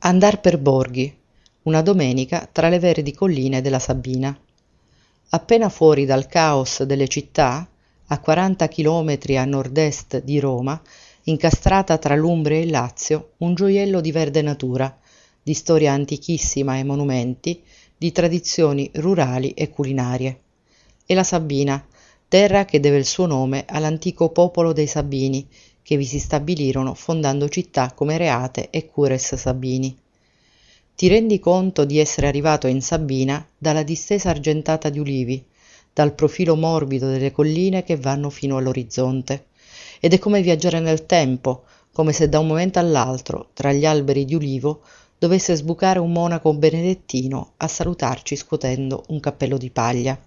Andar per borghi, una domenica tra le verdi colline della Sabina. Appena fuori dal caos delle città, a 40 chilometri a nord-est di Roma, incastrata tra l'Umbria e il Lazio, un gioiello di verde natura, di storia antichissima e monumenti, di tradizioni rurali e culinarie. È la Sabina, terra che deve il suo nome all'antico popolo dei Sabini, che vi si stabilirono fondando città come Reate e Cures Sabini. Ti rendi conto di essere arrivato in Sabina dalla distesa argentata di ulivi, dal profilo morbido delle colline che vanno fino all'orizzonte. Ed è come viaggiare nel tempo, come se da un momento all'altro, tra gli alberi di ulivo, dovesse sbucare un monaco benedettino a salutarci scuotendo un cappello di paglia.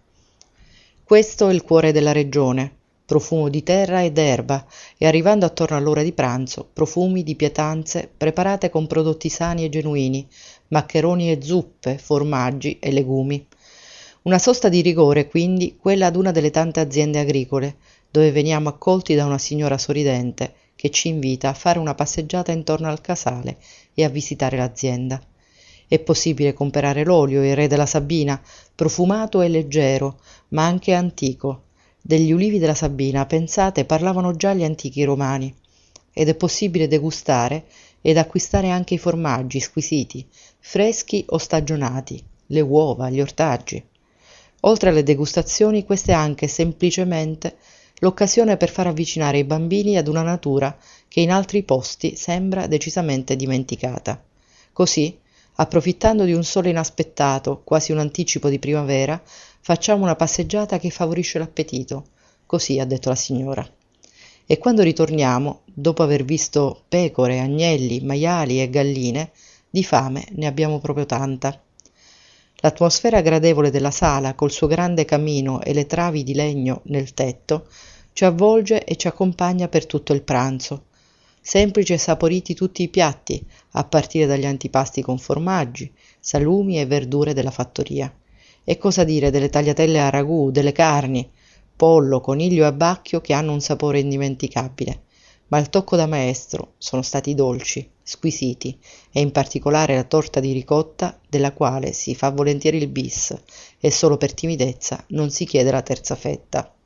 Questo è il cuore della regione, profumo di terra ed erba, e arrivando attorno all'ora di pranzo, profumi di pietanze preparate con prodotti sani e genuini, maccheroni e zuppe, formaggi e legumi. Una sosta di rigore, quindi, quella ad una delle tante aziende agricole, dove veniamo accolti da una signora sorridente che ci invita a fare una passeggiata intorno al casale e a visitare l'azienda. È possibile comprare l'olio, il re della Sabina, profumato e leggero, ma anche antico. Degli ulivi della Sabina, pensate, parlavano già gli antichi romani. Ed è possibile degustare ed acquistare anche i formaggi squisiti, freschi o stagionati, le uova, gli ortaggi. Oltre alle degustazioni, questa è anche semplicemente l'occasione per far avvicinare i bambini ad una natura che in altri posti sembra decisamente dimenticata. Così, approfittando di un sole inaspettato, quasi un anticipo di primavera, facciamo una passeggiata che favorisce l'appetito. Così ha detto la signora. E quando ritorniamo, dopo aver visto pecore, agnelli, maiali e galline, di fame ne abbiamo proprio tanta. L'atmosfera gradevole della sala, col suo grande camino e le travi di legno nel tetto, ci avvolge e ci accompagna per tutto il pranzo. Semplici e saporiti tutti i piatti, a partire dagli antipasti con formaggi, salumi e verdure della fattoria. E cosa dire delle tagliatelle a ragù, delle carni, pollo, coniglio e abbacchio che hanno un sapore indimenticabile. Ma il tocco da maestro sono stati i dolci, squisiti, e in particolare la torta di ricotta, della quale si fa volentieri il bis, e solo per timidezza non si chiede la terza fetta.